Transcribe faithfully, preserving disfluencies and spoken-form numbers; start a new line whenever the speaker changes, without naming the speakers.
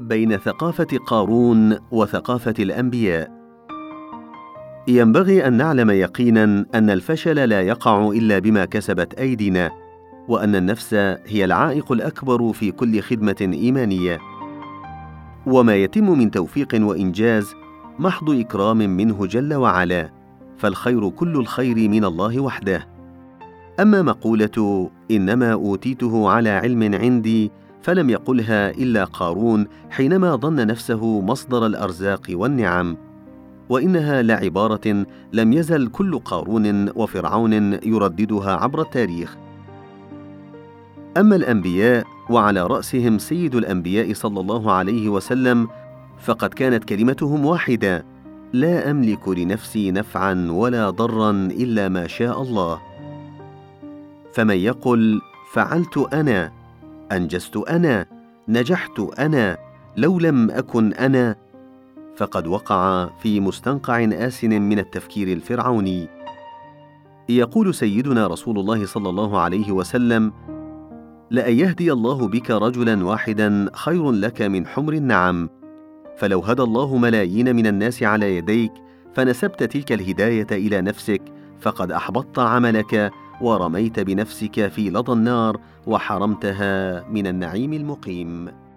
بين ثقافة قارون وثقافة الأنبياء. ينبغي أن نعلم يقيناً أن الفشل لا يقع إلا بما كسبت أيدينا، وأن النفس هي العائق الأكبر في كل خدمة إيمانية، وما يتم من توفيق وإنجاز محض إكرام منه جل وعلا، فالخير كل الخير من الله وحده. أما مقولة إنما أوتيته على علم عندي فلم يقلها إلا قارون حينما ظن نفسه مصدر الأرزاق والنعم، وإنها لعبارة لم يزل كل قارون وفرعون يرددها عبر التاريخ. أما الأنبياء وعلى رأسهم سيد الأنبياء صلى الله عليه وسلم، فقد كانت كلمتهم واحدة: لا أملك لنفسي نفعا ولا ضرا إلا ما شاء الله. فمن يقل فعلت أنا، أنجزت أنا، نجحت أنا، لو لم أكن أنا، فقد وقع في مستنقع آسن من التفكير الفرعوني. يقول سيدنا رسول الله صلى الله عليه وسلم: لأن يهدي الله بك رجلا واحدا خير لك من حمر النعم، فلو هدى الله ملايين من الناس على يديك فنسبت تلك الهداية إلى نفسك، فقد أحبطت عملك ورميت بنفسك في لظى النار وحرمتها من النعيم المقيم.